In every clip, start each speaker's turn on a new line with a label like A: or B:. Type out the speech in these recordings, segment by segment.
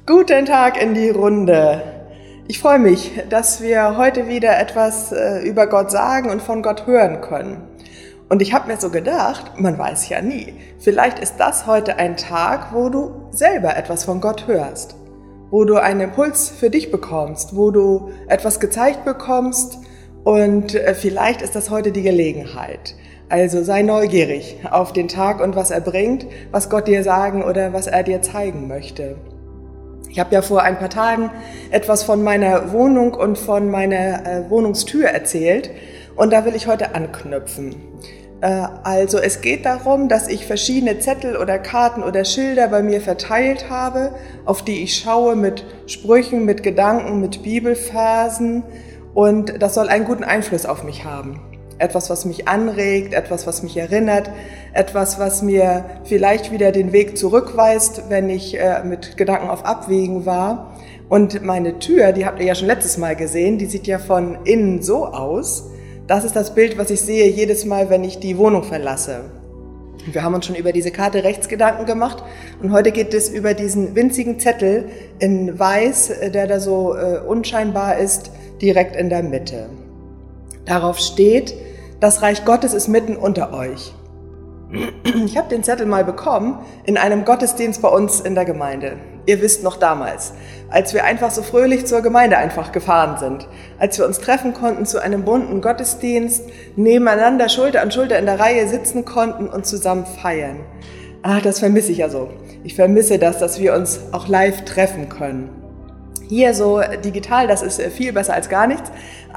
A: Guten Tag in die Runde. Ich freue mich, dass wir heute wieder etwas über Gott sagen und von Gott hören können. Und ich habe mir so gedacht, man weiß ja nie, vielleicht ist das heute ein Tag, wo du selber etwas von Gott hörst, wo du einen Impuls für dich bekommst, wo du etwas gezeigt bekommst und vielleicht ist das heute die Gelegenheit. Also sei neugierig auf den Tag und was er bringt, was Gott dir sagen oder was er dir zeigen möchte. Ich habe ja vor ein paar Tagen etwas von meiner Wohnung und von meiner Wohnungstür erzählt und da will ich heute anknüpfen. Also es geht darum, dass ich verschiedene Zettel oder Karten oder Schilder bei mir verteilt habe, auf die ich schaue mit Sprüchen, mit Gedanken, mit Bibelversen und das soll einen guten Einfluss auf mich haben. Etwas, was mich anregt, etwas, was mich erinnert, etwas, was mir vielleicht wieder den Weg zurückweist, wenn ich mit Gedanken auf Abwägen war. Und meine Tür, die habt ihr ja schon letztes Mal gesehen, die sieht ja von innen so aus. Das ist das Bild, was ich sehe jedes Mal, wenn ich die Wohnung verlasse. Wir haben uns schon über diese Karte rechts Gedanken gemacht und heute geht es über diesen winzigen Zettel in Weiß, der da so unscheinbar ist, direkt in der Mitte. Darauf steht, das Reich Gottes ist mitten unter euch. Ich habe den Zettel mal bekommen in einem Gottesdienst bei uns in der Gemeinde. Ihr wisst noch damals, als wir einfach so fröhlich zur Gemeinde einfach gefahren sind, als wir uns treffen konnten zu einem bunten Gottesdienst, nebeneinander Schulter an Schulter in der Reihe sitzen konnten und zusammen feiern. Das vermisse ich ja so. Ich vermisse das, dass wir uns auch live treffen können. Hier so digital, das ist viel besser als gar nichts,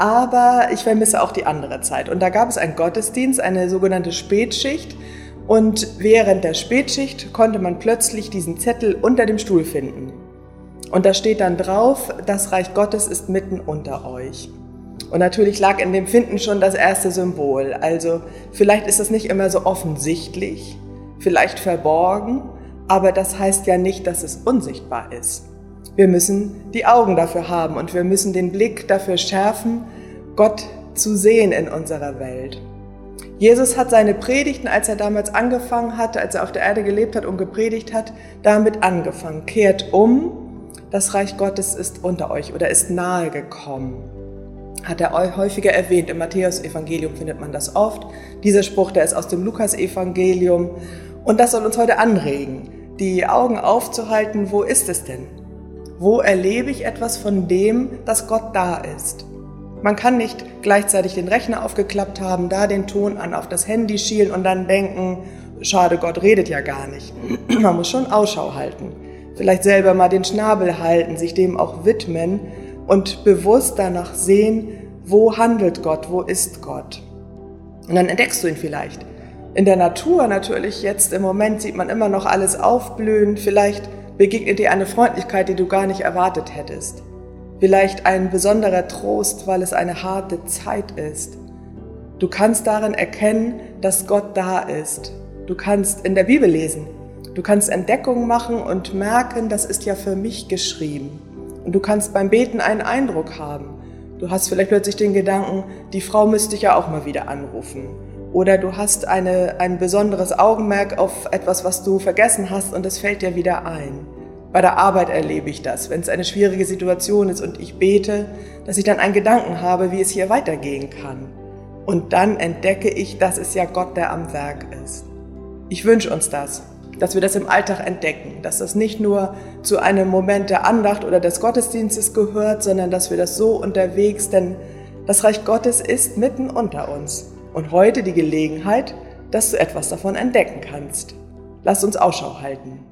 A: aber ich vermisse auch die andere Zeit. Und da gab es einen Gottesdienst, eine sogenannte Spätschicht und während der Spätschicht konnte man plötzlich diesen Zettel unter dem Stuhl finden. Und da steht dann drauf, das Reich Gottes ist mitten unter euch. Und natürlich lag in dem Finden schon das erste Symbol. Also vielleicht ist das nicht immer so offensichtlich, vielleicht verborgen, aber das heißt ja nicht, dass es unsichtbar ist. Wir müssen die Augen dafür haben und wir müssen den Blick dafür schärfen, Gott zu sehen in unserer Welt. Jesus hat seine Predigten, als er damals angefangen hat, als er auf der Erde gelebt hat und gepredigt hat, damit angefangen. Kehrt um, das Reich Gottes ist unter euch oder ist nahe gekommen. Hat er häufiger erwähnt. Im Matthäus-Evangelium findet man das oft. Dieser Spruch, der ist aus dem Lukas-Evangelium. Und das soll uns heute anregen, die Augen aufzuhalten, wo ist es denn? Wo erlebe ich etwas von dem, dass Gott da ist? Man kann nicht gleichzeitig den Rechner aufgeklappt haben, da den Ton an, auf das Handy schielen und dann denken, schade, Gott redet ja gar nicht. Man muss schon Ausschau halten. Vielleicht selber mal den Schnabel halten, sich dem auch widmen und bewusst danach sehen, wo handelt Gott, wo ist Gott? Und dann entdeckst du ihn vielleicht. In der Natur natürlich, jetzt im Moment sieht man immer noch alles aufblühen, vielleicht begegnet dir eine Freundlichkeit, die du gar nicht erwartet hättest. Vielleicht ein besonderer Trost, weil es eine harte Zeit ist. Du kannst darin erkennen, dass Gott da ist. Du kannst in der Bibel lesen. Du kannst Entdeckungen machen und merken, das ist ja für mich geschrieben. Und du kannst beim Beten einen Eindruck haben. Du hast vielleicht plötzlich den Gedanken, die Frau müsste ich ja auch mal wieder anrufen. Oder du hast ein besonderes Augenmerk auf etwas, was du vergessen hast und es fällt dir wieder ein. Bei der Arbeit erlebe ich das, wenn es eine schwierige Situation ist und ich bete, dass ich dann einen Gedanken habe, wie es hier weitergehen kann. Und dann entdecke ich, dass es ja Gott, der am Werk ist. Ich wünsche uns das, dass wir das im Alltag entdecken, dass das nicht nur zu einem Moment der Andacht oder des Gottesdienstes gehört, sondern dass wir das so unterwegs, denn das Reich Gottes ist mitten unter uns. Und heute die Gelegenheit, dass du etwas davon entdecken kannst. Lass uns Ausschau halten.